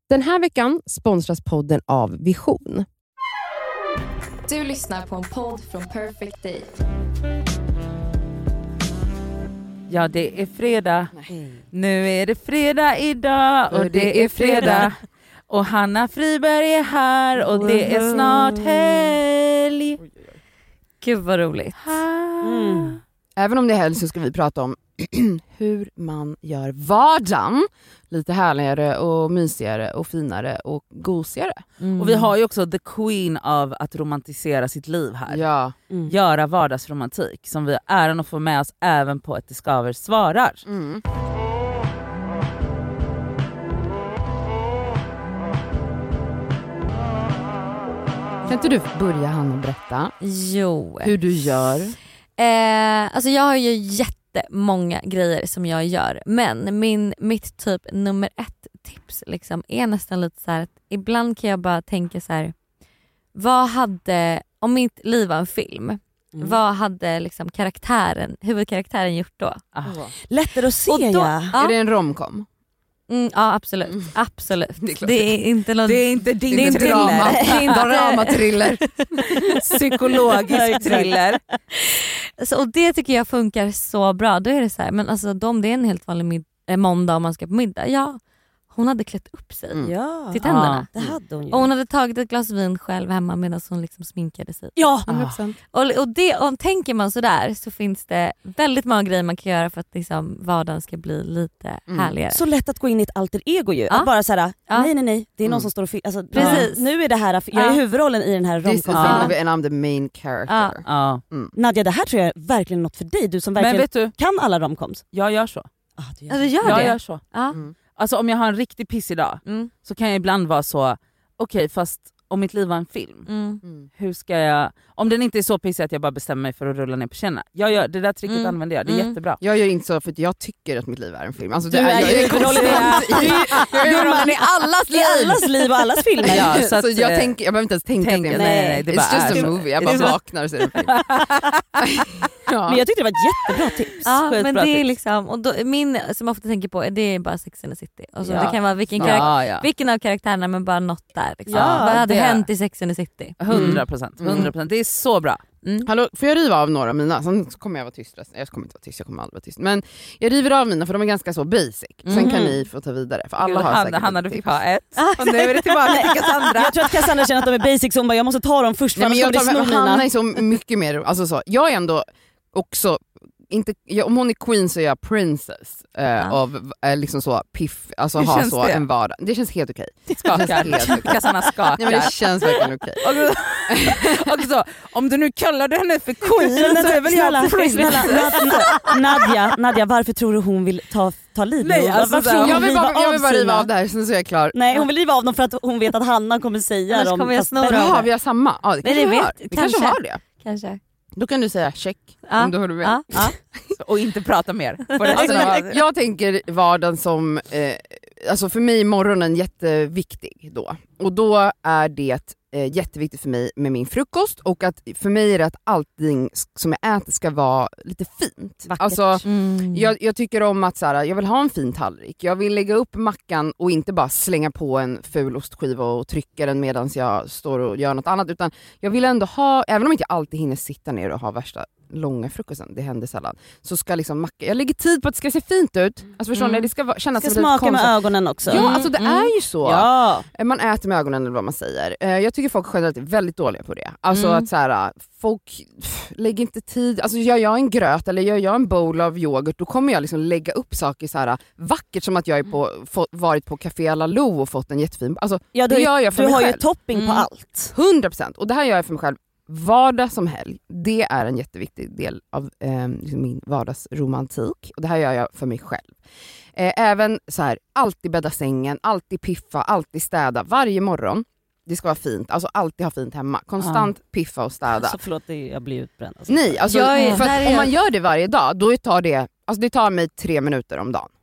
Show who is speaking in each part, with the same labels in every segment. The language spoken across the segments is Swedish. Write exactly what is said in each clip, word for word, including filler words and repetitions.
Speaker 1: Den här veckan sponsras podden av Vision.
Speaker 2: Du lyssnar på en podd från Perfect Day.
Speaker 3: Ja, det är fredag. Nej. Nu är det fredag idag och det är fredag. Och Hanna Friberg är här och det är snart helg.
Speaker 4: Gud vad roligt.
Speaker 1: Mm. Även om det är helg så ska vi prata om hur man gör vardagen lite härligare och mysigare och finare och gosigare.
Speaker 3: Mm. Och vi har ju också the queen av att romantisera sitt liv här.
Speaker 1: Ja.
Speaker 3: Mm. Göra vardagsromantik som vi har äran att få med oss även på ett Det Skaver svarar.
Speaker 1: Mm. Kan inte du börja, Hanna, berätta
Speaker 4: jo.
Speaker 1: hur du gör?
Speaker 4: Eh, alltså jag har ju jättemånga grejer som jag gör. Men min, mitt typ nummer ett tips liksom är nästan lite så här att ibland kan jag bara tänka så här: vad hade, om mitt liv var en film, mm. vad hade liksom karaktären, huvudkaraktären gjort då?
Speaker 3: Ah.
Speaker 5: Lättare att se.
Speaker 4: Och då,
Speaker 5: ja.
Speaker 1: Ja. Är det en romcom?
Speaker 4: Mm, ja, absolut. Mm. absolut. Det är, det är inte någon...
Speaker 3: Det är inte din
Speaker 4: det är inte
Speaker 3: drama.
Speaker 4: Det är inte
Speaker 1: drama-thriller.
Speaker 3: Psykologisk thriller.
Speaker 4: Så, och det tycker jag funkar så bra. Då är det så här, men alltså om det är en helt vanlig mid- äh, måndag om man ska på middag, ja, hon hade klätt upp sig
Speaker 5: mm. ja.
Speaker 4: till tänderna.
Speaker 5: Ja, det hade hon ju.
Speaker 4: Och hon hade tagit ett glas vin själv hemma medan hon liksom sminkade sig.
Speaker 5: Ja,
Speaker 1: hundra procent.
Speaker 4: Och, och, det, och tänker man så där så finns det väldigt många grejer man kan göra för att liksom vardagen ska bli lite mm. härligare.
Speaker 5: Så lätt att gå in i ett alter ego ju.
Speaker 4: Ja.
Speaker 5: Att bara säga
Speaker 4: ja.
Speaker 5: nej nej nej, det är någon
Speaker 4: mm.
Speaker 5: som står och fi- alltså,
Speaker 4: precis.
Speaker 5: Ja. Nu är det här, jag är
Speaker 4: ja.
Speaker 5: huvudrollen i den här romcom-filmen.
Speaker 1: This is and I'm the main character.
Speaker 4: Ja.
Speaker 3: Ja.
Speaker 1: Mm.
Speaker 5: Nadja, det här tror jag är verkligen något för dig. Du som verkligen
Speaker 3: Men vet du,
Speaker 5: kan alla romcoms.
Speaker 3: jag gör så.
Speaker 5: Ah, du gör
Speaker 4: Ja, du gör
Speaker 3: jag
Speaker 4: det?
Speaker 3: gör så.
Speaker 4: Ja.
Speaker 3: Mm. Alltså om jag har en riktig piss idag
Speaker 4: Mm.
Speaker 3: så kan jag ibland vara så, okej okay, fast om mitt liv var en film,
Speaker 4: Mm.
Speaker 1: Mm.
Speaker 3: hur ska jag, om den inte är så pissig att jag bara bestämmer mig för att rulla ner på känna. Jag gör, det där tricket
Speaker 4: Mm.
Speaker 3: använder jag, det är
Speaker 4: Mm.
Speaker 3: jättebra.
Speaker 1: Jag gör inte så för att jag tycker att mitt liv är en film. Alltså, det
Speaker 5: Du är
Speaker 1: jag
Speaker 5: ju huvudrollen i-
Speaker 1: jag är huvudrollen i allas
Speaker 5: I
Speaker 1: liv.
Speaker 5: allas liv och allas filmer.
Speaker 3: Ja, så
Speaker 1: så
Speaker 3: att,
Speaker 1: jag,
Speaker 3: eh,
Speaker 1: tänker, jag behöver inte ens tänka
Speaker 3: tänk,
Speaker 1: att det är
Speaker 3: nej,
Speaker 1: en film.
Speaker 3: nej, det
Speaker 1: It's
Speaker 3: bara
Speaker 1: just
Speaker 3: är.
Speaker 1: a movie. Jag bara
Speaker 3: Det är-
Speaker 1: vaknar och ser en film. Ja.
Speaker 5: Men jag tyckte det var ett jättebra tips.
Speaker 4: Ja,
Speaker 3: Skitbra
Speaker 4: men det är
Speaker 3: tips.
Speaker 4: liksom, och då, min som jag ofta tänker på, det är bara Sex and the City. Alltså,
Speaker 1: Ja.
Speaker 4: det kan vara vilken, karak-
Speaker 3: Ja, ja.
Speaker 4: vilken av karaktärerna, men bara något där. Liksom.
Speaker 5: Ja,
Speaker 4: Vad hade
Speaker 3: det-
Speaker 4: hänt i Sex and the City?
Speaker 3: hundra procent, hundra procent. Det är så bra.
Speaker 4: Mm.
Speaker 1: Hallå, får jag riva av några av mina? Sen kommer jag vara tyst. Jag kommer inte vara tyst, jag kommer aldrig vara tyst. Men jag river av mina för de är ganska så basic. Sen
Speaker 4: Mm.
Speaker 1: kan ni få ta vidare. För alla
Speaker 3: Gud,
Speaker 1: har
Speaker 3: Hanna,
Speaker 1: säkert
Speaker 3: Hanna
Speaker 1: ett
Speaker 3: du fick
Speaker 1: tips.
Speaker 3: ha ett. Och nu är det tillbaka till Cassandra.
Speaker 5: Jag tror att Cassandra känner att de är basic, så hon bara, jag måste ta dem först.
Speaker 1: Nej, men
Speaker 5: för
Speaker 1: jag
Speaker 5: annars
Speaker 1: tar,
Speaker 5: kommer det sno
Speaker 1: Hanna
Speaker 5: mina.
Speaker 1: är så mycket mer, alltså så, jag är ändå också, inte, jag, om hon är queen så är jag princess eh,
Speaker 4: Ja.
Speaker 1: av eh, liksom så piff, alltså
Speaker 3: Hur
Speaker 1: ha
Speaker 3: känns
Speaker 1: så
Speaker 3: det?
Speaker 1: en vardag. Det känns helt okej.
Speaker 3: Skakar. Cassandra skakar.
Speaker 1: Nej, men det känns verkligen okej.
Speaker 3: Och, och så, om du nu kallar du henne för queen så är väl
Speaker 5: Snälla,
Speaker 3: jag prince.
Speaker 5: snälla, Nad- Nadja, Nadja, varför tror du hon vill ta, ta liv?
Speaker 3: Nej,
Speaker 5: Varför
Speaker 3: alltså,
Speaker 5: tror hon
Speaker 1: Jag vill bara,
Speaker 5: riva
Speaker 1: jag vill bara
Speaker 5: sina-
Speaker 1: riva av det här, sen så är jag klar.
Speaker 5: Nej, hon vill riva av dem för att hon vet att Hanna kommer säga
Speaker 4: Annars
Speaker 5: dem.
Speaker 4: kommer jag
Speaker 5: fast
Speaker 4: snora
Speaker 5: bättre.
Speaker 4: dem.
Speaker 1: Jaha, vi har samma. Ja, det
Speaker 4: Nej,
Speaker 1: kanske
Speaker 4: det
Speaker 1: vi
Speaker 4: vet-
Speaker 1: har. Vi kanske
Speaker 4: kanske.
Speaker 1: har det.
Speaker 4: Kanske.
Speaker 1: Då kan du säga check
Speaker 4: Ja.
Speaker 1: om du håller med.
Speaker 4: Ja. Ja.
Speaker 3: Och inte prata mer. På det
Speaker 1: Alltså,
Speaker 3: alltså,
Speaker 1: jag, jag tänker vardagen som, eh, alltså för mig är morgonen jätteviktig då. Och då är det eh, jätteviktigt för mig med min frukost, och att för mig är det att allting som jag äter ska vara lite fint.
Speaker 5: Vackert.
Speaker 1: Alltså,
Speaker 4: Mm.
Speaker 1: jag, jag tycker om att så här, jag vill ha en fin tallrik. Jag vill lägga upp mackan och inte bara slänga på en ful ostskiva och trycka den medan jag står och gör något annat. Utan jag vill ändå ha, även om inte jag alltid hinner sitta ner och ha värsta långa frukosten, det händer sällan, så ska liksom macka, jag lägger tid på att det ska se fint ut. Alltså förstår
Speaker 4: Mm.
Speaker 1: ni, det ska vara- kännas
Speaker 5: Ska
Speaker 1: som ett
Speaker 5: smaka
Speaker 1: koncept.
Speaker 5: med ögonen också.
Speaker 1: Ja, alltså det
Speaker 4: Mm.
Speaker 1: är ju så.
Speaker 5: Ja.
Speaker 1: Man äter med ögonen eller vad man säger. Eh, Jag tycker folk generellt är väldigt dåliga på det. Alltså
Speaker 4: Mm.
Speaker 1: att så här, folk pff, lägger inte tid. Alltså gör jag en gröt eller gör jag en bowl av yoghurt, då kommer jag liksom lägga upp saker så här vackert, som att jag är på, få, varit på Café à la Lo och fått en jättefin. Alltså
Speaker 5: Ja, du,
Speaker 1: det gör jag för
Speaker 5: du
Speaker 1: mig
Speaker 5: har
Speaker 1: själv.
Speaker 5: ju topping på
Speaker 4: Mm.
Speaker 5: allt.
Speaker 1: hundra procent. Och det här gör jag för mig själv. Vardag som helg, det är en jätteviktig del av eh, liksom min vardagsromantik. Och det här gör jag för mig själv. Eh, även så här, alltid bädda sängen, alltid piffa, alltid städa. Varje morgon, det ska vara fint. Alltså alltid ha fint hemma. Konstant piffa och städa.
Speaker 5: Så förlåt, det- jag blir utbränd. Alltså.
Speaker 1: Nej, alltså,
Speaker 4: Jag är-
Speaker 1: för
Speaker 4: där
Speaker 1: att
Speaker 4: är
Speaker 1: om
Speaker 4: jag-
Speaker 1: man gör det varje dag, då tar det, alltså det tar mig tre minuter om dagen.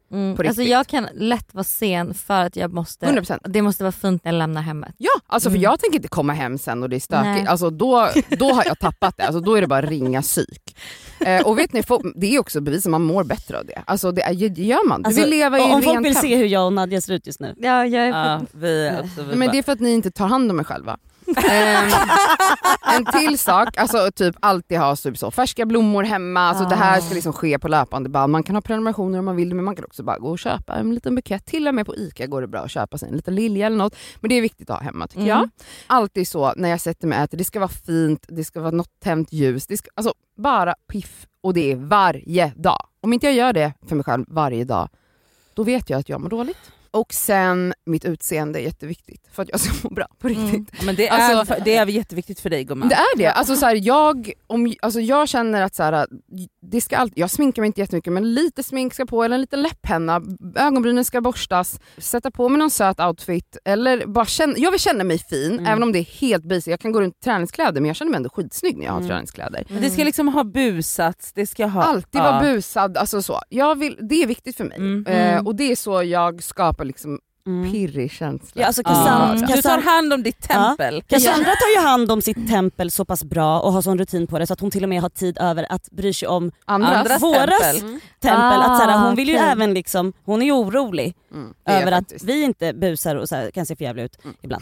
Speaker 4: Mm.
Speaker 1: På
Speaker 4: Alltså
Speaker 1: riktigt.
Speaker 4: jag kan lätt vara sen för att jag måste,
Speaker 1: hundra procent.
Speaker 4: det måste vara fint när jag lämnar hemmet.
Speaker 1: Ja, alltså
Speaker 4: Mm.
Speaker 1: för jag tänker inte komma hem sen och det är stökigt.
Speaker 4: Nej.
Speaker 1: Alltså då, då har jag tappat det. Alltså då är det bara ringa psyk. Eh, och vet ni, det är också bevis att man mår bättre av det. Alltså det, är, det gör man. Du
Speaker 5: Alltså,
Speaker 1: vill leva i
Speaker 5: om
Speaker 1: rent
Speaker 5: folk vill
Speaker 1: hem.
Speaker 5: se hur jag och Nadja ser ut just nu.
Speaker 4: Ja, jag är
Speaker 3: Ja, vi, alltså, vi
Speaker 1: Men
Speaker 3: bara,
Speaker 1: det är för att ni inte tar hand om er själva. Ehm, en till sak, alltså typ alltid ha typ så, färska blommor hemma, alltså
Speaker 4: Ah.
Speaker 1: det här ska liksom ske på löpande band. Man kan ha prenumerationer om man vill, men man kan också bara gå och köpa en liten bukett. Till och med på ICA går det bra att köpa sig en liten lilja eller något, men det är viktigt att ha hemma tycker
Speaker 4: Mm.
Speaker 1: jag. Alltid så när jag sätter mig och äter, det ska vara fint, det ska vara något tänt ljus, det ska, alltså bara piff, och det är varje dag. Om inte jag gör det för mig själv varje dag, då vet jag att jag mår dåligt. Och sen mitt utseende är jätteviktigt för att jag ska må bra på riktigt.
Speaker 4: Mm.
Speaker 3: men det är,
Speaker 1: Alltså-
Speaker 3: det är jätteviktigt för dig gumman.
Speaker 1: Det är det. Alltså, så här, jag, om, alltså, jag känner att så här, det ska alltid, jag sminkar mig inte jättemycket, men lite smink ska på, eller en liten läpphenna, ögonbrynen ska borstas, sätta på mig någon söt outfit, eller bara känna, jag vill känna mig fin,
Speaker 5: Mm.
Speaker 1: även om det är helt basic. Jag kan gå runt i träningskläder, men jag känner mig ändå skitsnygg när jag har
Speaker 5: Mm.
Speaker 1: träningskläder.
Speaker 3: Men det ska liksom ha busats, det ska ha...
Speaker 1: Alltid vara busad, alltså så. Jag vill, det är viktigt för mig.
Speaker 3: Mm.
Speaker 1: Eh, och det är så jag skapar liksom
Speaker 5: Mm.
Speaker 1: pirrig känsla.
Speaker 5: Ja, alltså
Speaker 3: Ja.
Speaker 5: Cassandra,
Speaker 3: Du tar
Speaker 5: Cassandra,
Speaker 3: hand om ditt tempel.
Speaker 5: Cassandra tar ju hand om sitt tempel så pass bra och har sån rutin på det så att hon till och med har tid över att bry sig om
Speaker 1: Andras.
Speaker 3: Andras
Speaker 5: våras
Speaker 3: tempel.
Speaker 1: Mm.
Speaker 5: tempel. Att, så här, hon vill ju
Speaker 4: okej.
Speaker 5: även liksom, hon är ju orolig
Speaker 1: Mm, det är
Speaker 5: över att
Speaker 1: faktiskt.
Speaker 5: vi inte busar och så här, kan se för jävla ut
Speaker 1: Mm.
Speaker 5: ibland.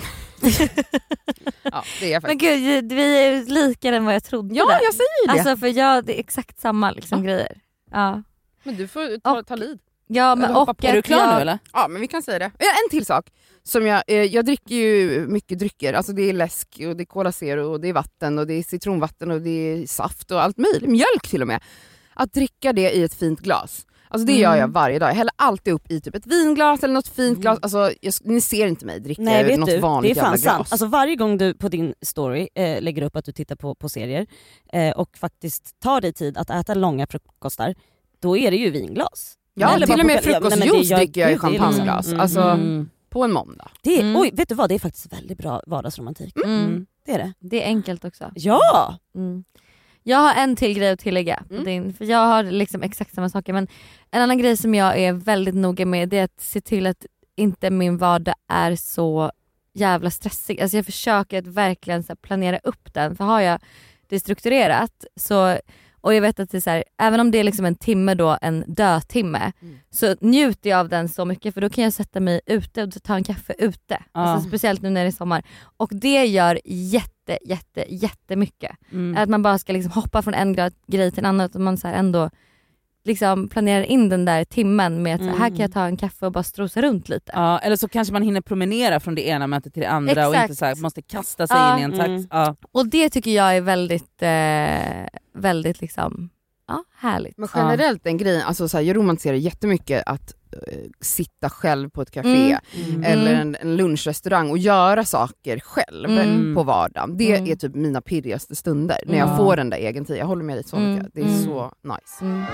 Speaker 1: Ja, det är
Speaker 4: Men
Speaker 1: faktiskt.
Speaker 4: gud, vi är likare än vad jag trodde.
Speaker 1: Ja,
Speaker 4: där.
Speaker 1: jag säger det.
Speaker 4: Alltså för jag, det är exakt samma liksom grejer. Ja,
Speaker 1: Men du får ta,
Speaker 4: Och-
Speaker 1: ta lid.
Speaker 4: ja men
Speaker 1: Eller hoppa
Speaker 4: och
Speaker 1: på.
Speaker 3: Är du
Speaker 4: att
Speaker 3: klar
Speaker 4: jag,
Speaker 3: nu eller?
Speaker 1: Ja, men vi kan säga det. Ja, en till sak. Som jag, eh, jag dricker ju mycket drycker. Alltså det är läsk och det är Cola Zero och det är vatten och det är citronvatten och det är saft och allt möjligt. Mjölk till och med. Att dricka det i ett fint glas. Alltså det
Speaker 4: Mm.
Speaker 1: gör jag varje dag. Jag häller alltid upp i typ ett vinglas eller något fint
Speaker 5: Mm.
Speaker 1: glas. Alltså, jag, ni ser inte mig dricka
Speaker 5: Nej vet
Speaker 1: något
Speaker 5: du, det
Speaker 1: vanligt
Speaker 5: är fan
Speaker 1: jävla
Speaker 5: sant.
Speaker 1: glas.
Speaker 5: Alltså varje gång du på din story eh, lägger upp att du tittar på, på serier eh, och faktiskt tar dig tid att äta långa frukostar, då är det ju vinglas.
Speaker 1: ja,
Speaker 5: Eller
Speaker 1: till
Speaker 5: bara
Speaker 1: och med
Speaker 5: på- ja, nej, men det
Speaker 1: frukostjuice
Speaker 5: gör-
Speaker 1: dricker jag i
Speaker 5: gud, det är liksom-
Speaker 1: champagneglas.
Speaker 5: Mm,
Speaker 1: Alltså
Speaker 3: Mm.
Speaker 1: på en måndag.
Speaker 5: Det är,
Speaker 4: Mm.
Speaker 5: Oj, vet du vad? Det är faktiskt väldigt bra vardagsromantik.
Speaker 4: mm,
Speaker 5: Det är det.
Speaker 4: det är enkelt också.
Speaker 5: Ja!
Speaker 4: Mm. Jag har en till grej att tillägga på
Speaker 1: Mm.
Speaker 4: din, för jag har liksom exakt samma saker, men en annan grej som jag är väldigt noga med, det är att se till att inte min vardag är så jävla stressig. Alltså jag försöker att verkligen så här planera upp den, för har jag det strukturerat så, och jag vet att det är så här, även om det är liksom en timme då, en dödtimme,
Speaker 1: Mm.
Speaker 4: så njuter jag av den så mycket, för då kan jag sätta mig ute och ta en kaffe ute.
Speaker 3: Ja.
Speaker 4: Alltså speciellt nu när det är sommar. Och det gör jätte, jätte, jättemycket.
Speaker 3: Mm.
Speaker 4: Att man bara ska liksom hoppa från en gra- grej till en annan, och man så här ändå liksom planerar in den där timmen med att så här, här kan jag ta en kaffe och bara strosa runt lite.
Speaker 3: Ja, eller så kanske man hinner promenera från det ena mötet till det andra och
Speaker 4: Exakt.
Speaker 3: inte så här, måste kasta sig
Speaker 4: Ja.
Speaker 3: in i en takt.
Speaker 5: Mm.
Speaker 3: Ja.
Speaker 4: Och det tycker jag är väldigt, eh, väldigt liksom, ja, härligt.
Speaker 1: Men generellt den grejen, alltså så här, jag romantiserar jättemycket att eh, sitta själv på ett café.
Speaker 4: Mm.
Speaker 1: Eller en, en lunchrestaurang och göra saker själv
Speaker 4: Mm.
Speaker 1: på vardagen. Det
Speaker 4: Mm.
Speaker 1: är typ mina pirrigaste stunder. När jag
Speaker 3: Ja.
Speaker 1: får den där egen tid. Jag håller med dig så
Speaker 4: Mm.
Speaker 1: mycket. Det är
Speaker 4: Mm.
Speaker 1: så nice.
Speaker 4: Mm.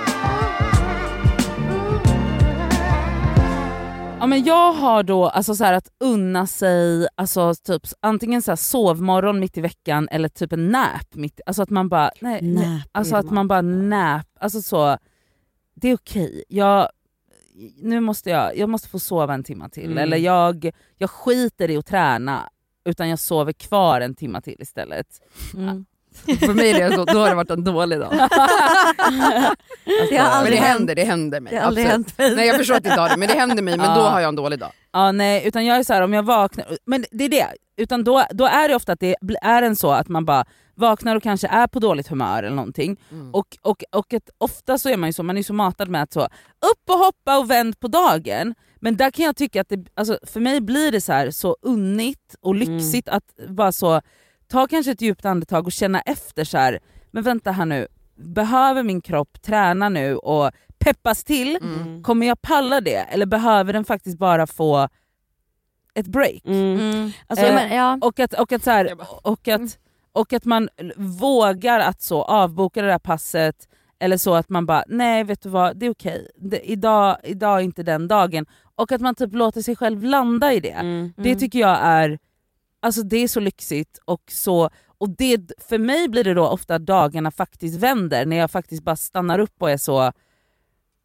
Speaker 3: Ja, men jag har då alltså så här att unna sig alltså typ antingen så här sovmorgon mitt i veckan eller typ en nap mitt, alltså att man bara nej, nej,
Speaker 5: Nap,
Speaker 3: alltså
Speaker 5: är
Speaker 3: att man bara nap, alltså så det är okej. Jag nu måste jag jag måste få sova en timme till
Speaker 5: Mm.
Speaker 3: eller jag jag skiter i att träna utan jag sover kvar en timme till istället.
Speaker 4: Mm.
Speaker 1: För mig är det så, då har det varit en dålig dag.
Speaker 4: Det har
Speaker 1: Men
Speaker 4: aldrig
Speaker 1: det
Speaker 4: hänt.
Speaker 1: händer, det händer mig.
Speaker 4: Det har aldrig
Speaker 1: absolut.
Speaker 4: hänt mig.
Speaker 1: Nej, jag förstår att det inte har det, men det händer mig. Men
Speaker 3: Ja.
Speaker 1: då har jag en dålig dag.
Speaker 3: Ja nej, utan jag är så här om jag vaknar, men det är det, utan då, då är det ofta att det bl- är en så att man bara vaknar och kanske är på dåligt humör eller någonting.
Speaker 1: Mm.
Speaker 3: Och, och, och att ofta så är man ju så, man är så matad med att så upp och hoppa och vänd på dagen. Men där kan jag tycka att det, alltså för mig blir det så här så unnigt och lyxigt att bara så ta kanske ett djupt andetag och känna efter så här. Men vänta här nu, behöver min kropp träna nu och peppas till?
Speaker 1: Mm.
Speaker 3: Kommer jag palla det eller behöver den faktiskt bara få ett break?
Speaker 5: Mm.
Speaker 4: Mm.
Speaker 5: Alltså,
Speaker 4: ja, men, ja.
Speaker 3: Och att, och att, så här,
Speaker 1: Jag bara-
Speaker 3: och att, och att man vågar att så avboka det där passet eller så att man bara nej vet du vad, det är okej, det, idag, idag är inte den dagen. Och att man typ låter sig själv landa i det.
Speaker 5: mm.
Speaker 3: Det tycker jag är, alltså det är så lyxigt och så, och det, för mig blir det då ofta dagarna faktiskt vänder när jag faktiskt bara stannar upp och är så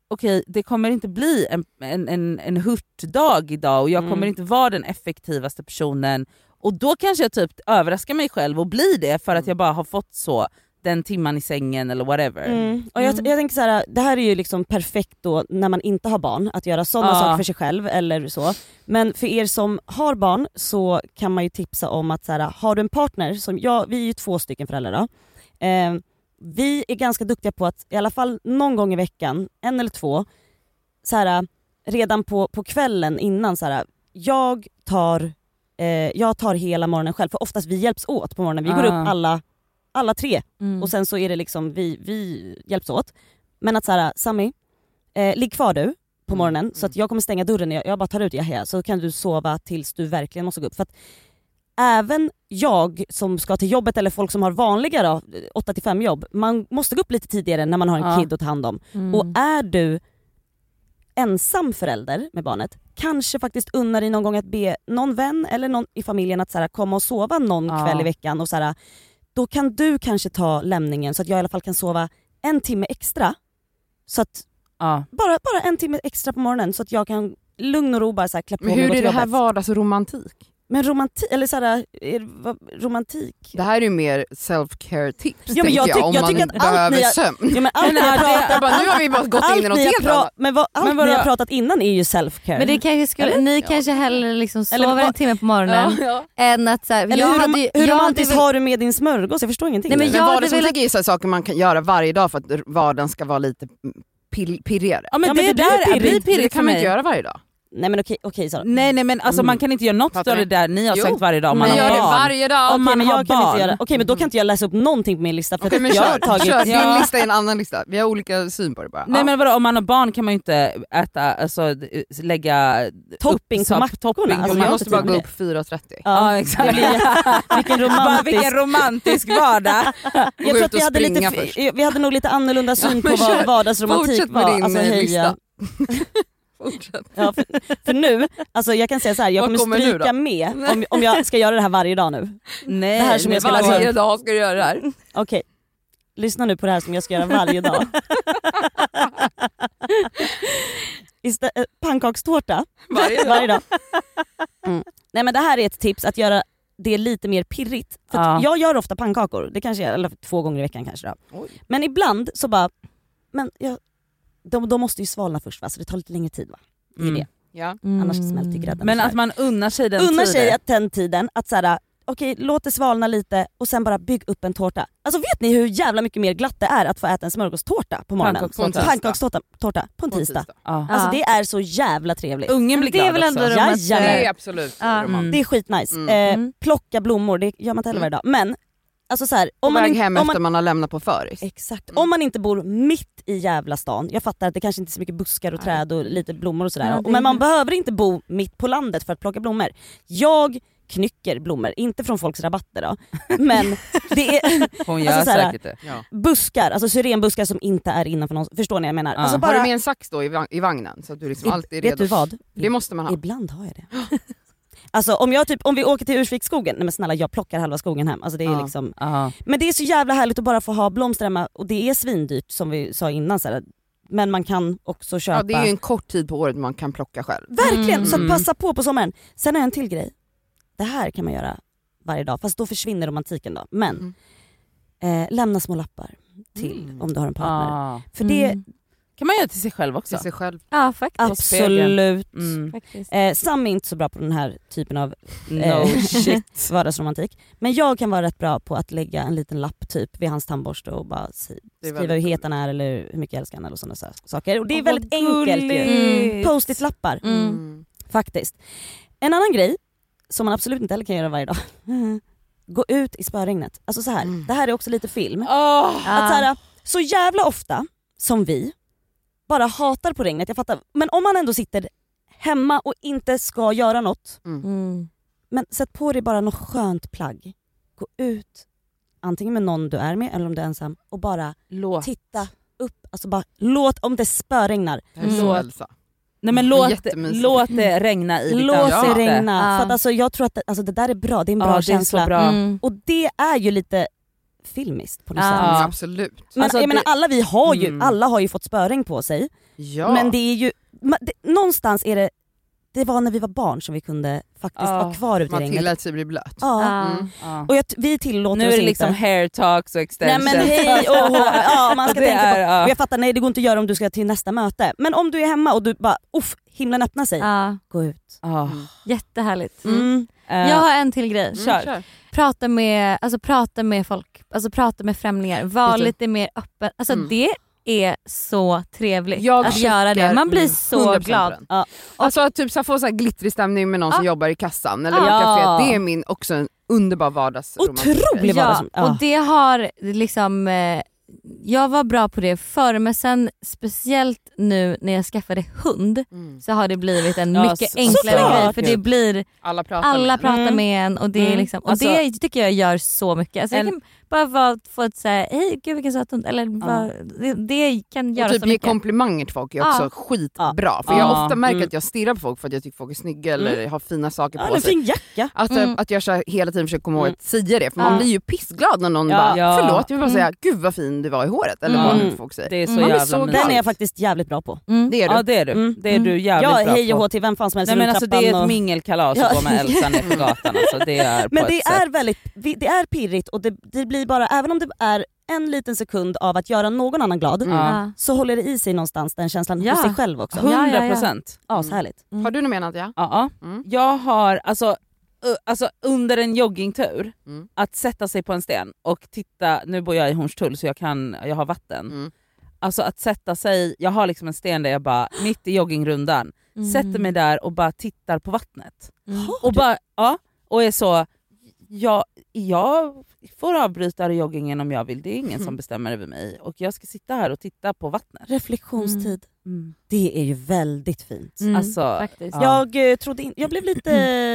Speaker 3: okej, det kommer inte bli en, en, en, en hurtdag idag och jag
Speaker 5: Mm.
Speaker 3: kommer inte vara den effektivaste personen. Och då kanske jag typ överraskar mig själv och blir det för att jag bara har fått så den timman i sängen eller whatever.
Speaker 5: Mm. Och jag, jag tänker så här, det här är ju liksom perfekt då när man inte har barn, att göra sådana
Speaker 3: Ja.
Speaker 5: saker för sig själv eller så. Men för er som har barn så kan man ju tipsa om att så här, har du en partner, som jag, vi är ju två stycken föräldrar då. Eh, vi är ganska duktiga på att i alla fall någon gång i veckan, en eller två, så här, redan på, på kvällen innan så här, jag tar eh, jag tar hela morgonen själv, för oftast vi hjälps åt på morgonen, vi går
Speaker 3: Ah.
Speaker 5: upp alla alla tre
Speaker 4: Mm.
Speaker 5: och sen så är det liksom vi, vi hjälps åt. Men att så här, Sami, eh, ligg kvar du på
Speaker 1: Mm,
Speaker 5: morgonen
Speaker 1: mm.
Speaker 5: så att jag kommer stänga dörren, jag, jag bara tar ut Yahya så kan du sova tills du verkligen måste gå upp. För att även jag som ska till jobbet eller folk som har vanliga då, åtta till fem jobb, man måste gå upp lite tidigare när man har en
Speaker 3: Ja.
Speaker 5: kid att ta hand om.
Speaker 4: Mm.
Speaker 5: Och är du ensam förälder med barnet, kanske faktiskt unna dig någon gång att be någon vän eller någon i familjen att så här, komma och sova någon
Speaker 3: Ja.
Speaker 5: kväll i veckan och så här, då kan du kanske ta lämningen så att jag i alla fall kan sova en timme extra. Så att
Speaker 3: Ja.
Speaker 5: bara, bara en timme extra på morgonen så att jag kan lugn och ro bara så här, klä på
Speaker 1: Men
Speaker 5: mig och
Speaker 1: hur
Speaker 5: gå
Speaker 1: är
Speaker 5: till
Speaker 1: det här
Speaker 5: jobbet.
Speaker 1: vardagsromantik?
Speaker 5: Men romantik, eller så här, är, vad, romantik?
Speaker 1: Det här är ju mer self-care tips,
Speaker 5: Ja, men
Speaker 1: tänker
Speaker 5: jag
Speaker 1: jag,
Speaker 5: tyck-
Speaker 1: om
Speaker 5: jag
Speaker 1: man
Speaker 5: tycker att allt
Speaker 1: behöver
Speaker 5: ni har-
Speaker 1: sömn.
Speaker 5: Ja, men allt
Speaker 3: Men
Speaker 5: ni har
Speaker 3: är det-
Speaker 5: pratat,
Speaker 1: Jag bara, nu har vi bara gått in i
Speaker 5: allt
Speaker 1: något
Speaker 5: ni har
Speaker 1: helt
Speaker 5: pra-
Speaker 1: annat.
Speaker 5: men vad, allt
Speaker 3: Men
Speaker 5: ni har
Speaker 3: vadå?
Speaker 5: pratat innan är ju self-care.
Speaker 4: Men det kanske skulle,
Speaker 5: Eller?
Speaker 4: ni
Speaker 1: Ja.
Speaker 4: kanske hellre liksom
Speaker 5: Eller
Speaker 4: sover
Speaker 5: vad-
Speaker 4: en timme på morgonen
Speaker 1: Ja.
Speaker 4: än att så här,
Speaker 5: Eller
Speaker 4: jag
Speaker 5: hur,
Speaker 4: hade ju-
Speaker 5: hur
Speaker 4: jag hade
Speaker 5: romantiskt
Speaker 4: väl-
Speaker 5: har du med din smörgås? Jag förstår ingenting.
Speaker 4: Nej, men
Speaker 1: Men
Speaker 4: jag hade
Speaker 1: vardagsromantik är ju så här saker man kan göra varje dag för att vardagen ska vara lite pill- pirrigare.
Speaker 3: Ja, men
Speaker 5: Ja,
Speaker 3: det,
Speaker 5: men det blir
Speaker 3: där är-
Speaker 5: pirrigt.
Speaker 3: blir pirrigt
Speaker 1: Det
Speaker 3: för
Speaker 1: kan man
Speaker 3: mig.
Speaker 1: inte göra varje dag.
Speaker 5: Nej men okej, okej Sara.
Speaker 3: Nej nej men alltså
Speaker 5: Mm.
Speaker 3: man kan inte göra något
Speaker 1: Fattar
Speaker 3: av det
Speaker 1: du?
Speaker 3: där ni har
Speaker 1: Jo.
Speaker 3: sagt varje dag om man
Speaker 1: Man
Speaker 3: har
Speaker 1: gör det
Speaker 3: barn.
Speaker 1: varje dag.
Speaker 3: Om
Speaker 5: Okej,
Speaker 3: man
Speaker 5: men
Speaker 3: har
Speaker 5: jag kan
Speaker 3: barn.
Speaker 5: inte göra, okej men då kan inte jag läsa upp någonting på min lista för
Speaker 1: Okej,
Speaker 5: att
Speaker 1: men
Speaker 5: jag
Speaker 1: kör,
Speaker 5: har tagit...
Speaker 1: kör. Din
Speaker 3: Ja.
Speaker 1: lista är en annan lista. Vi har olika syn på det bara.
Speaker 3: Nej
Speaker 1: Ja.
Speaker 3: men vadå, om man har barn kan man ju inte äta, alltså d- lägga
Speaker 5: Topping
Speaker 3: upp
Speaker 5: på
Speaker 3: sak-
Speaker 5: mackorna.
Speaker 3: topping.
Speaker 5: Alltså,
Speaker 1: man
Speaker 5: jag har
Speaker 1: måste
Speaker 5: inte
Speaker 1: bara
Speaker 5: tid
Speaker 1: gå
Speaker 5: med
Speaker 1: upp fyra och trettio.
Speaker 3: Ja,
Speaker 5: det
Speaker 3: exakt.
Speaker 5: blir jätte- vilken
Speaker 3: Bara,
Speaker 5: romantisk...
Speaker 3: vilken romantisk vardag.
Speaker 5: Jag
Speaker 1: Gå
Speaker 5: tror
Speaker 1: ut
Speaker 5: att vi
Speaker 1: och
Speaker 5: hade,
Speaker 1: springa
Speaker 5: lite,
Speaker 1: först.
Speaker 5: vi hade nog lite annorlunda syn
Speaker 1: Ja,
Speaker 5: på
Speaker 1: men
Speaker 5: vad
Speaker 1: kör.
Speaker 5: vardagsromantik
Speaker 1: Fortsätt med
Speaker 5: var.
Speaker 1: din,
Speaker 5: Alltså,
Speaker 1: eh,
Speaker 5: heja.
Speaker 1: lista. Fortsätt.
Speaker 5: Ja, för, för nu, alltså jag kan säga så här, jag
Speaker 1: Vad
Speaker 5: kommer
Speaker 1: kommer nu
Speaker 5: stryka
Speaker 1: då?
Speaker 5: med om, om jag ska göra det här varje dag nu.
Speaker 3: Nej,
Speaker 5: Det här som
Speaker 3: men
Speaker 5: jag ska
Speaker 3: varje-
Speaker 5: läsa
Speaker 1: Varje dag ska du göra det här.
Speaker 5: Okej, lyssna nu på det här som jag ska göra varje dag. Istä- eh, pannkakstårta
Speaker 1: Varje dag.
Speaker 5: varje dag. Mm. Nej men det här är ett tips, att göra det lite mer pirrigt. För att
Speaker 3: Ja.
Speaker 5: jag gör ofta pannkakor, det kanske är, eller två gånger i veckan kanske då.
Speaker 1: Oj.
Speaker 5: Men ibland så bara, men jag, de, de måste ju svalna först va, så det tar lite längre tid va. Det är
Speaker 3: Mm.
Speaker 5: det.
Speaker 1: Ja.
Speaker 5: Annars smälter ju grädden.
Speaker 3: Men
Speaker 5: och
Speaker 3: att
Speaker 5: sådär.
Speaker 3: man unnar sig den
Speaker 5: unnar
Speaker 3: tiden.
Speaker 5: sig att den tiden, att såhär, okej låt det svalna lite och sen bara bygg upp en tårta. Alltså vet ni hur jävla mycket mer glatt det är att få äta en smörgåstårta på morgonen?
Speaker 3: Pannkakstårta.
Speaker 5: Pannkakstårta tårta på en
Speaker 1: På
Speaker 5: tisdag.
Speaker 3: Ja.
Speaker 5: Alltså
Speaker 4: Ja.
Speaker 5: det är så jävla trevligt.
Speaker 3: Ungen blir
Speaker 4: Det är
Speaker 3: glad
Speaker 4: väl ändå
Speaker 3: också.
Speaker 4: romantiskt.
Speaker 5: Jajamän.
Speaker 1: Det är absolut
Speaker 4: Ja.
Speaker 1: romantiskt.
Speaker 5: Det är skitnice.
Speaker 1: Mm.
Speaker 5: Eh,
Speaker 4: Mm.
Speaker 5: plocka blommor, det gör man inte heller varje dag. Men alltså så här,
Speaker 1: På
Speaker 5: om man,
Speaker 1: väg
Speaker 5: in-
Speaker 1: hem
Speaker 5: om
Speaker 1: efter
Speaker 5: man,
Speaker 1: man har lämnat på föris.
Speaker 5: exakt.
Speaker 1: Mm.
Speaker 5: Om man inte bor mitt i jävla stan, jag fattar att det kanske inte är så mycket buskar och
Speaker 1: Nej.
Speaker 5: träd och lite blommor och sådär.
Speaker 4: Ja, det-
Speaker 5: Men man behöver inte bo mitt på landet för att plocka blommor. Jag knycker blommor, inte från folks rabatter då. Men det är
Speaker 3: Hon gör
Speaker 5: Alltså så här-
Speaker 3: säkert det.
Speaker 1: Ja.
Speaker 5: buskar, alltså syrenbuskar som inte är innanför någon, förstår ni vad jag menar?
Speaker 3: Ja.
Speaker 5: Alltså
Speaker 1: Har
Speaker 5: bara,
Speaker 1: du med en sax då i, vagn, i vagnen? Så att du liksom
Speaker 5: I-
Speaker 1: alltid är
Speaker 5: vet
Speaker 1: redo.
Speaker 5: du vad?
Speaker 1: Det måste man ha.
Speaker 5: Ibland har jag det. Alltså om, jag typ, om vi åker till Ursviksskogen, nej men snälla jag plockar halva skogen hem. Alltså det är
Speaker 1: Ja.
Speaker 5: liksom,
Speaker 3: Ja.
Speaker 5: men det är så jävla härligt att bara få ha blomster hemma och det är svindyrt som vi sa innan. Så här, men man kan också köpa.
Speaker 1: Ja, det är ju en kort tid på året man kan plocka själv.
Speaker 5: Verkligen, så
Speaker 3: Mm.
Speaker 5: att passa på på sommaren. Sen har jag en till grej. Det här kan man göra varje dag, fast då försvinner romantiken då. Men
Speaker 1: Mm.
Speaker 5: eh, lämna små lappar till
Speaker 1: Mm.
Speaker 5: om du har en partner.
Speaker 3: Ja.
Speaker 5: För det,
Speaker 4: Mm.
Speaker 3: Kan man göra till sig själv också?
Speaker 1: Till sig själv.
Speaker 4: Ja faktiskt.
Speaker 5: absolut.
Speaker 3: Mm.
Speaker 4: faktiskt.
Speaker 5: Eh, Sam är inte så bra på den här typen av
Speaker 3: No
Speaker 5: eh,
Speaker 3: shit.
Speaker 5: vardagsromantik. Men jag kan vara rätt bra på att lägga en liten lapp typ vid hans tandborste och bara si-
Speaker 1: Det är
Speaker 5: skriva hur
Speaker 1: väldigt
Speaker 5: het han är eller hur mycket jag älskar han eller sådana saker. Och det är
Speaker 3: Åh, vad
Speaker 5: väldigt enkelt ju.
Speaker 3: gulligt.
Speaker 5: Post-it-lappar.
Speaker 4: Mm.
Speaker 1: Mm.
Speaker 5: Faktiskt. En annan grej som man absolut inte heller kan göra varje dag. Gå ut i spöregnet. Alltså så här.
Speaker 1: Mm.
Speaker 5: Det här är också lite film.
Speaker 3: Åh.
Speaker 5: Att så, här, så jävla ofta som vi bara hatar på regnet, jag fattar. Men om man ändå sitter hemma och inte ska göra något,
Speaker 4: Mm.
Speaker 5: men sätt på dig bara något skönt plagg. Gå ut, antingen med någon du är med eller om du är ensam, och bara
Speaker 3: Låt.
Speaker 5: titta upp. Alltså bara låt, om det spöregnar,
Speaker 1: Det här är så
Speaker 3: Mm.
Speaker 1: Elsa.
Speaker 3: Nej men
Speaker 1: Mm,
Speaker 3: låt,
Speaker 1: jättemysigt.
Speaker 3: låt det regna i ditt
Speaker 5: låt det
Speaker 3: ansikte.
Speaker 5: regna.
Speaker 4: Ja.
Speaker 5: För att alltså, jag tror att det, alltså, det där är bra, det är en bra
Speaker 3: Ja, det är
Speaker 5: känsla.
Speaker 3: så bra.
Speaker 4: Mm.
Speaker 5: Och det är ju lite filmiskt på något
Speaker 4: Ja.
Speaker 5: sätt.
Speaker 3: Ja.
Speaker 1: Absolut.
Speaker 5: Men
Speaker 3: Alltså,
Speaker 5: jag menar,
Speaker 3: det-
Speaker 5: alla vi har ju,
Speaker 3: Mm.
Speaker 5: alla har ju fått spöregn på sig.
Speaker 1: Ja.
Speaker 5: Men det är ju, det, någonstans är det, det var när vi var barn som vi kunde faktiskt
Speaker 3: Ja,
Speaker 5: vara kvar ute i
Speaker 1: Man
Speaker 5: regnet.
Speaker 1: tillät sig bli blöt.
Speaker 5: Ja.
Speaker 1: Mm.
Speaker 3: Ja.
Speaker 5: Och jag, vi tillåter
Speaker 3: Nu
Speaker 5: oss
Speaker 3: är det
Speaker 5: inte.
Speaker 3: liksom hair talks och
Speaker 5: Nej
Speaker 3: extensions.
Speaker 5: men hej och hå. Ja, man ska
Speaker 3: Det
Speaker 5: tänka
Speaker 3: är,
Speaker 5: på.
Speaker 3: ja.
Speaker 5: Och jag fattar, nej det går inte att göra om du ska till nästa möte. Men om du är hemma och du bara, uff, himlen öppnar sig.
Speaker 4: Ja,
Speaker 5: Gå ut.
Speaker 3: Ah.
Speaker 4: jättehärligt.
Speaker 5: Mm.
Speaker 3: Eh,
Speaker 4: Jag har en till grej.
Speaker 1: Mm,
Speaker 3: Kör.
Speaker 1: kör.
Speaker 4: Prata med, alltså, prata med folk, alltså, prata med främlingar, var
Speaker 1: Vet du-
Speaker 4: lite mer öppen. Alltså,
Speaker 1: Mm.
Speaker 4: det är så trevligt
Speaker 1: Jag
Speaker 4: att göra det. Man blir
Speaker 1: mm,
Speaker 4: så
Speaker 1: hundra procent
Speaker 4: glad.
Speaker 1: på den.
Speaker 5: Ja.
Speaker 1: Alltså att typ så här, få så här glittrig stämning med någon som
Speaker 4: Ja.
Speaker 1: jobbar i kassan eller
Speaker 4: Ja.
Speaker 1: på caféet, det är min också en underbar vardagsromantik.
Speaker 5: Otrolig
Speaker 4: Ja,
Speaker 5: vardags- ja.
Speaker 4: och det har liksom, eh, jag var bra på det förr men sen speciellt nu när jag skaffade hund
Speaker 1: Mm.
Speaker 4: så har det blivit en
Speaker 3: Ja,
Speaker 4: mycket
Speaker 3: så-
Speaker 4: enklare
Speaker 5: såklart.
Speaker 4: grej för det blir,
Speaker 1: Alla pratar
Speaker 4: alla
Speaker 1: med.
Speaker 4: pratar
Speaker 5: Mm.
Speaker 4: med en och det, är
Speaker 5: Mm.
Speaker 4: liksom, och
Speaker 3: Alltså-
Speaker 4: det tycker jag gör så mycket. Alltså jag
Speaker 3: En-
Speaker 4: kan bara vara, få ett såhär, hej gud vilken söt hund, eller bara, det, det kan göra
Speaker 1: Och typ
Speaker 4: så
Speaker 1: ge
Speaker 4: mycket.
Speaker 1: komplimanger till folk är också
Speaker 4: Ja.
Speaker 1: skitbra. För
Speaker 3: Ja.
Speaker 1: jag ofta märker
Speaker 5: Mm.
Speaker 1: att jag stirrar på folk för att jag tycker folk är snygga eller har fina saker
Speaker 5: Ja,
Speaker 1: på
Speaker 5: en
Speaker 1: sig.
Speaker 5: fin jacka.
Speaker 1: Att,
Speaker 4: Mm.
Speaker 1: att jag så här hela tiden försöker komma ihåg
Speaker 5: Mm.
Speaker 1: att säga det, för
Speaker 4: Ja.
Speaker 1: man blir ju pissglad när någon
Speaker 5: Ja.
Speaker 1: bara
Speaker 3: Ja.
Speaker 1: förlåt, jag vill bara säga
Speaker 4: Mm.
Speaker 1: gud vad fin du var i håret eller
Speaker 4: Mm.
Speaker 1: vad nu folk säger.
Speaker 3: Det är så
Speaker 4: Mm.
Speaker 1: Man blir
Speaker 3: jävla
Speaker 1: så
Speaker 3: mysigt.
Speaker 1: glad.
Speaker 5: Den är jag faktiskt jävligt bra på.
Speaker 4: Mm.
Speaker 1: Det är du.
Speaker 3: Ja det är du.
Speaker 5: Mm.
Speaker 3: Det är du jävligt
Speaker 5: Ja,
Speaker 3: bra
Speaker 5: hej och
Speaker 3: på.
Speaker 5: hå till vem fan som helst
Speaker 3: Nej
Speaker 5: i
Speaker 3: men alltså det är
Speaker 5: trappan
Speaker 3: ett
Speaker 5: och...
Speaker 3: mingelkalas
Speaker 5: Ja.
Speaker 3: att gå med Elsa ner på gatan. Alltså, det är
Speaker 5: Men
Speaker 3: på
Speaker 5: det
Speaker 3: ett sätt.
Speaker 5: är väldigt, vi- det är pirrigt och det, det blir bara, även om det är en liten sekund av att göra någon annan glad
Speaker 1: Mm.
Speaker 4: Ja.
Speaker 5: så håller det i sig någonstans den känslan
Speaker 4: Ja.
Speaker 5: hos sig själv också.
Speaker 4: Ja, ja,
Speaker 3: hundra
Speaker 4: ja.
Speaker 3: procent.
Speaker 5: Ashärligt.
Speaker 4: Mm.
Speaker 1: Har du något menat ja?
Speaker 3: Ja.
Speaker 1: Mm.
Speaker 3: Jag har alltså, uh, alltså under en joggingtur
Speaker 1: Mm.
Speaker 3: att sätta sig på en sten och titta, nu bor jag i Hornstull så jag kan, jag har vatten.
Speaker 1: Mm.
Speaker 3: Alltså att sätta sig, jag har liksom en sten där jag bara mitt i joggingrundan
Speaker 4: Mm.
Speaker 3: sätter mig där och bara tittar på vattnet.
Speaker 4: Mm.
Speaker 3: Och bara, ja, och är så, jag, jag får avbryta joggingen om jag vill, det är ingen som bestämmer över mig och jag ska sitta här och titta på vattnet.
Speaker 5: Reflektionstid.
Speaker 3: Mm.
Speaker 5: Det är ju väldigt fint.
Speaker 4: Mm,
Speaker 3: Alltså,
Speaker 4: faktiskt.
Speaker 3: ja.
Speaker 5: Jag eh, trodde in, jag blev lite,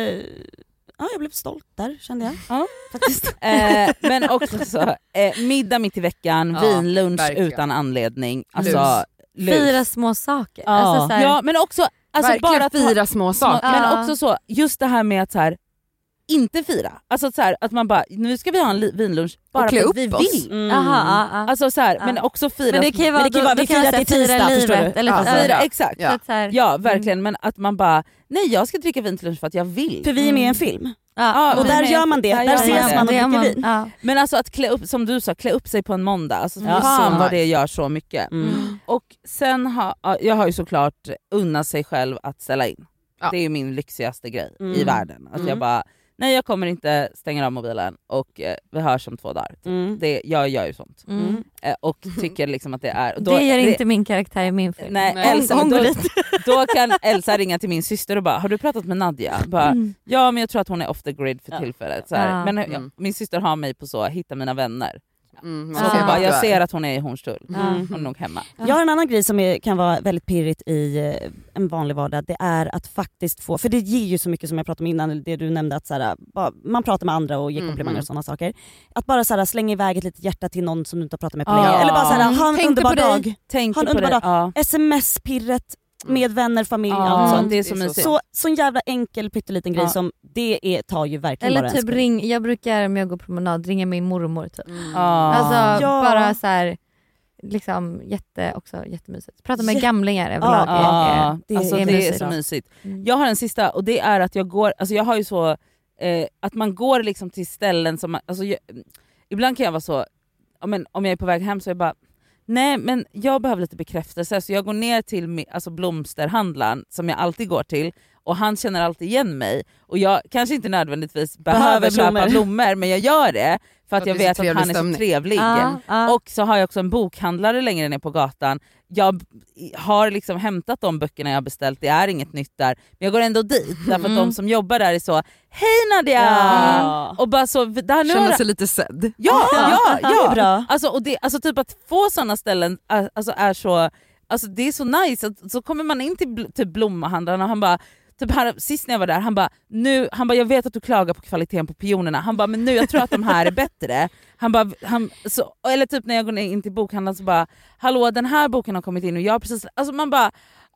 Speaker 5: ja jag blev stolt där kände jag.
Speaker 3: Ja.
Speaker 5: Faktiskt.
Speaker 3: Eh, men också så, eh, middag mitt i veckan,
Speaker 1: Ja,
Speaker 3: vinlunch
Speaker 1: verkligen.
Speaker 3: utan anledning.
Speaker 1: Lus.
Speaker 3: Alltså, lus.
Speaker 4: Fira små saker.
Speaker 5: Ja.
Speaker 4: Alltså, så här,
Speaker 3: Ja men också, alltså
Speaker 1: Verkligen
Speaker 3: bara ta-
Speaker 1: fira små saker.
Speaker 3: Men
Speaker 4: Ja.
Speaker 3: också så, just det här med att så här, inte fira. Alltså så här, att man bara, nu ska vi ha en li- vinlunch bara
Speaker 1: klä
Speaker 3: för att
Speaker 1: upp
Speaker 3: vi
Speaker 1: oss.
Speaker 3: vill.
Speaker 5: Mm.
Speaker 4: Aha, ja, ja.
Speaker 3: Alltså så här,
Speaker 4: Ja.
Speaker 3: men också fira.
Speaker 4: Men det kan ju vara,
Speaker 5: Men det kan ju
Speaker 4: då,
Speaker 5: vara,
Speaker 4: då
Speaker 5: vi
Speaker 4: kan man
Speaker 5: firar
Speaker 4: säga
Speaker 5: till
Speaker 4: fira
Speaker 5: tisdag, förstår
Speaker 4: livet.
Speaker 5: du?
Speaker 4: Eller,
Speaker 1: Ja,
Speaker 4: alltså,
Speaker 3: fira,
Speaker 1: ja.
Speaker 3: exakt.
Speaker 1: Ja.
Speaker 4: så att så här,
Speaker 3: Ja verkligen, men att man bara, nej jag ska dricka vin till lunch för att jag vill.
Speaker 5: För vi är med i en film.
Speaker 4: Ja,
Speaker 3: Ja,
Speaker 5: Och
Speaker 3: men-
Speaker 5: där gör man det,
Speaker 3: där
Speaker 5: där
Speaker 3: gör
Speaker 5: ses
Speaker 3: det.
Speaker 5: man och
Speaker 4: Det gör
Speaker 5: dricker vin.
Speaker 4: Ja.
Speaker 3: Men alltså att klä upp, som du sa, klä upp sig på en måndag. Alltså
Speaker 5: Ja.
Speaker 3: fan
Speaker 1: Så
Speaker 3: vad det
Speaker 1: nice.
Speaker 3: gör så mycket.
Speaker 5: Mm.
Speaker 3: Och sen har, ja, jag har ju såklart unnat sig själv att ställa in.
Speaker 1: Ja.
Speaker 3: Det är ju min lyxigaste grej
Speaker 5: Mm.
Speaker 3: i världen. Att
Speaker 1: Mm.
Speaker 3: jag bara, nej jag kommer inte stänga av mobilen och eh, vi hörs om två dagar.
Speaker 5: Mm.
Speaker 3: Det, jag gör ju sånt.
Speaker 4: Mm.
Speaker 3: Eh, och tycker liksom att det är... då-
Speaker 4: Det gör inte min karaktär i min film.
Speaker 3: Nej,
Speaker 1: Nej.
Speaker 3: Elsa,
Speaker 4: Hon
Speaker 3: då,
Speaker 4: går dit.
Speaker 3: då kan Elsa ringa till min syster och bara, har du pratat med Nadja? Bara,
Speaker 4: Mm.
Speaker 3: ja men jag tror att hon är off the grid för
Speaker 5: Ja.
Speaker 3: tillfället. Så här.
Speaker 4: Ja.
Speaker 3: Men
Speaker 1: Mm.
Speaker 3: ja, min syster har mig på så, hitta mina vänner.
Speaker 1: Mm,
Speaker 3: Så
Speaker 1: man
Speaker 4: Ja.
Speaker 1: ser
Speaker 3: bara,
Speaker 1: vart
Speaker 3: jag
Speaker 1: du är.
Speaker 3: ser att hon är i Hornstull.
Speaker 4: Ja.
Speaker 3: Hon är nog hemma.
Speaker 5: Jag har en annan grej som är, kan vara väldigt pirrigt i eh, en vanlig vardag. Det är att faktiskt få, för det ger ju så mycket som jag pratade om innan, det du nämnde att så här, bara, man pratar med andra och ger
Speaker 1: Mm,
Speaker 5: komplimanger
Speaker 1: mm.
Speaker 5: och sådana saker. Att bara så här, slänga iväg ett litet hjärta till någon som du inte har pratat med på
Speaker 3: Ja.
Speaker 5: länge. Eller bara så här, ha en
Speaker 1: Tänkte
Speaker 5: underbar
Speaker 1: på dig.
Speaker 5: dag.
Speaker 3: Tänk
Speaker 5: Ha en
Speaker 3: på det.
Speaker 5: underbar
Speaker 3: Ja.
Speaker 5: Sms-pirret med vänner, familj,
Speaker 3: Ja,
Speaker 5: allt sånt.
Speaker 3: det är så
Speaker 1: Det är så
Speaker 3: mysigt.
Speaker 5: Så, så en jävla enkel pytteliten grej
Speaker 3: Ja.
Speaker 5: som det är, tar ju verkligen
Speaker 4: Eller
Speaker 5: bara en
Speaker 4: typ
Speaker 5: sekund.
Speaker 4: ring, jag brukar om jag går promenad ringa min mormor typ.
Speaker 1: Mm.
Speaker 3: Ja.
Speaker 4: Alltså
Speaker 5: Ja.
Speaker 4: bara så här, liksom jätte, också jättemysigt. Prata med
Speaker 5: Jätte-
Speaker 4: gamlingar överlag.
Speaker 5: Ja,
Speaker 3: Ja,
Speaker 5: det
Speaker 3: alltså
Speaker 4: är
Speaker 3: det är
Speaker 4: mysigt.
Speaker 3: så mysigt.
Speaker 4: Mm.
Speaker 3: Jag har en sista och det är att jag går, alltså jag har ju så, eh, att man går liksom till ställen som, man, alltså jag, ibland kan jag vara så, ja, men om jag är på väg hem så är jag bara, nej men jag behöver lite bekräftelse så jag går ner till mi- alltså blomsterhandlaren som jag alltid går till och han känner alltid igen mig och jag kanske inte nödvändigtvis behöver,
Speaker 5: Behöver
Speaker 3: köpa
Speaker 5: blommor.
Speaker 3: blommor men jag gör det för att
Speaker 1: För
Speaker 3: jag
Speaker 1: att det är
Speaker 3: vet
Speaker 1: så
Speaker 3: att han
Speaker 1: trevlig
Speaker 3: är så
Speaker 1: stämning.
Speaker 3: trevlig.
Speaker 4: Ja, ja.
Speaker 3: Och så har jag också en bokhandlare längre ner på gatan. Jag b- har liksom hämtat de böckerna jag har beställt, det är inget nytt där. Men jag går ändå dit därför att de som jobbar där är så, hej Nadia!
Speaker 5: Ja.
Speaker 3: Och bara så, där nu
Speaker 1: Känna
Speaker 3: har-
Speaker 1: sig lite sedd.
Speaker 3: Ja, ja,
Speaker 5: Det är
Speaker 3: ja!
Speaker 5: bra.
Speaker 3: Alltså, och det, alltså typ att få sådana ställen är, alltså är så, alltså det är så nice. Att, så kommer man in till bl- typ blomhandlaren och han bara, typ här, sist när jag var där, han bara, nu, han bara jag vet att du klagar på kvaliteten på pionerna, han bara men nu jag tror att de här är bättre. Han bara, han, så, eller typ när jag går in till bokhandeln så bara, hallå den här boken har kommit in och jag har precis, alltså man bara,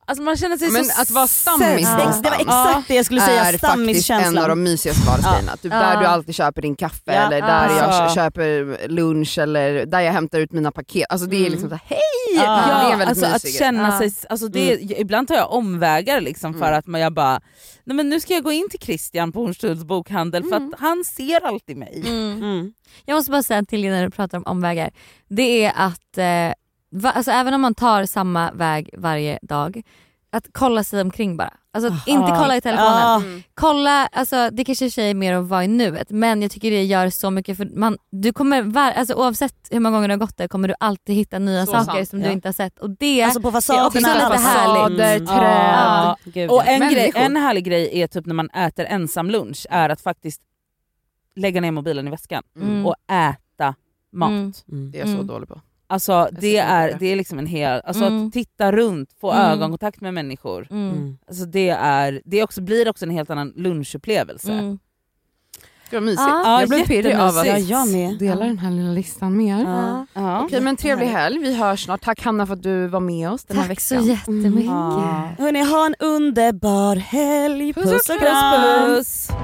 Speaker 3: Alltså man känner sig
Speaker 1: Men
Speaker 3: så
Speaker 1: att vara stammis
Speaker 3: sedd.
Speaker 1: någonstans
Speaker 5: Det var exakt det jag skulle säga,
Speaker 1: är faktiskt en av
Speaker 5: stammiskänslan.
Speaker 1: de mysigaste vardagsgrejerna. Typ
Speaker 4: Ja.
Speaker 1: där du alltid köper din kaffe
Speaker 5: Ja.
Speaker 1: eller där jag
Speaker 3: Alltså.
Speaker 1: köper lunch eller där jag hämtar ut mina paket. Alltså det är liksom så här, hej!
Speaker 5: Ja.
Speaker 1: Det är en väldigt
Speaker 3: alltså att
Speaker 1: mysig grej.
Speaker 3: känna
Speaker 4: grej.
Speaker 3: sig, alltså det, ibland tar jag omvägar liksom för
Speaker 1: Mm.
Speaker 3: att man, jag bara, nej men nu ska jag gå in till Christian på Hornstulls bokhandel för
Speaker 1: Mm.
Speaker 3: att han ser alltid mig.
Speaker 4: Mm.
Speaker 5: Mm.
Speaker 4: Jag måste bara säga till dig när du pratar om omvägar. Det är att eh, va, alltså, även om man tar samma väg varje dag, att kolla sig omkring bara. Alltså att inte kolla i telefonen.
Speaker 5: Ja.
Speaker 1: Mm.
Speaker 4: Kolla, alltså, det kanske i sig är mer att vara i nuet, men jag tycker det gör så mycket för man, du kommer var, alltså, oavsett hur många gånger du har gått där kommer du alltid hitta nya
Speaker 1: Så
Speaker 4: saker
Speaker 1: sant,
Speaker 4: som
Speaker 5: ja.
Speaker 4: du inte har sett. Och det,
Speaker 5: Alltså på
Speaker 4: Det är
Speaker 5: fasaderna.
Speaker 4: också lite
Speaker 5: alla
Speaker 4: härligt.
Speaker 1: Fasader,
Speaker 5: Mm.
Speaker 1: träd.
Speaker 3: Ja.
Speaker 5: Gud,
Speaker 3: Och
Speaker 5: ja.
Speaker 3: en, grej,
Speaker 1: Människor.
Speaker 3: en härlig grej är typ när man äter ensam lunch är att faktiskt lägga ner mobilen i väskan
Speaker 4: Mm.
Speaker 3: och äta mat.
Speaker 4: Mm.
Speaker 5: Mm.
Speaker 1: Det är jag så
Speaker 4: Mm.
Speaker 1: dålig på.
Speaker 3: Alltså det
Speaker 1: så
Speaker 3: är,
Speaker 1: det.
Speaker 3: det är liksom en hel, alltså
Speaker 4: Mm.
Speaker 3: att titta runt, få
Speaker 4: Mm.
Speaker 3: ögonkontakt med människor.
Speaker 4: Mm.
Speaker 5: Mm.
Speaker 3: Alltså det, är, det också, blir också en helt annan lunchupplevelse.
Speaker 4: Mm.
Speaker 1: Det var mysigt.
Speaker 4: Ja,
Speaker 1: jag blev pirrig av att
Speaker 5: Ja, jag med.
Speaker 1: dela den här lilla listan med er.
Speaker 5: Ja.
Speaker 3: Ja.
Speaker 1: Okej, men trevlig helg. Vi hörs snart. Tack Hanna för att du var med oss den här
Speaker 4: Tack så
Speaker 1: veckan.
Speaker 4: jättemycket.
Speaker 3: Ja.
Speaker 5: Hörni, ha en underbar helg. Puss och
Speaker 3: Puss,
Speaker 5: kram.
Speaker 3: puss.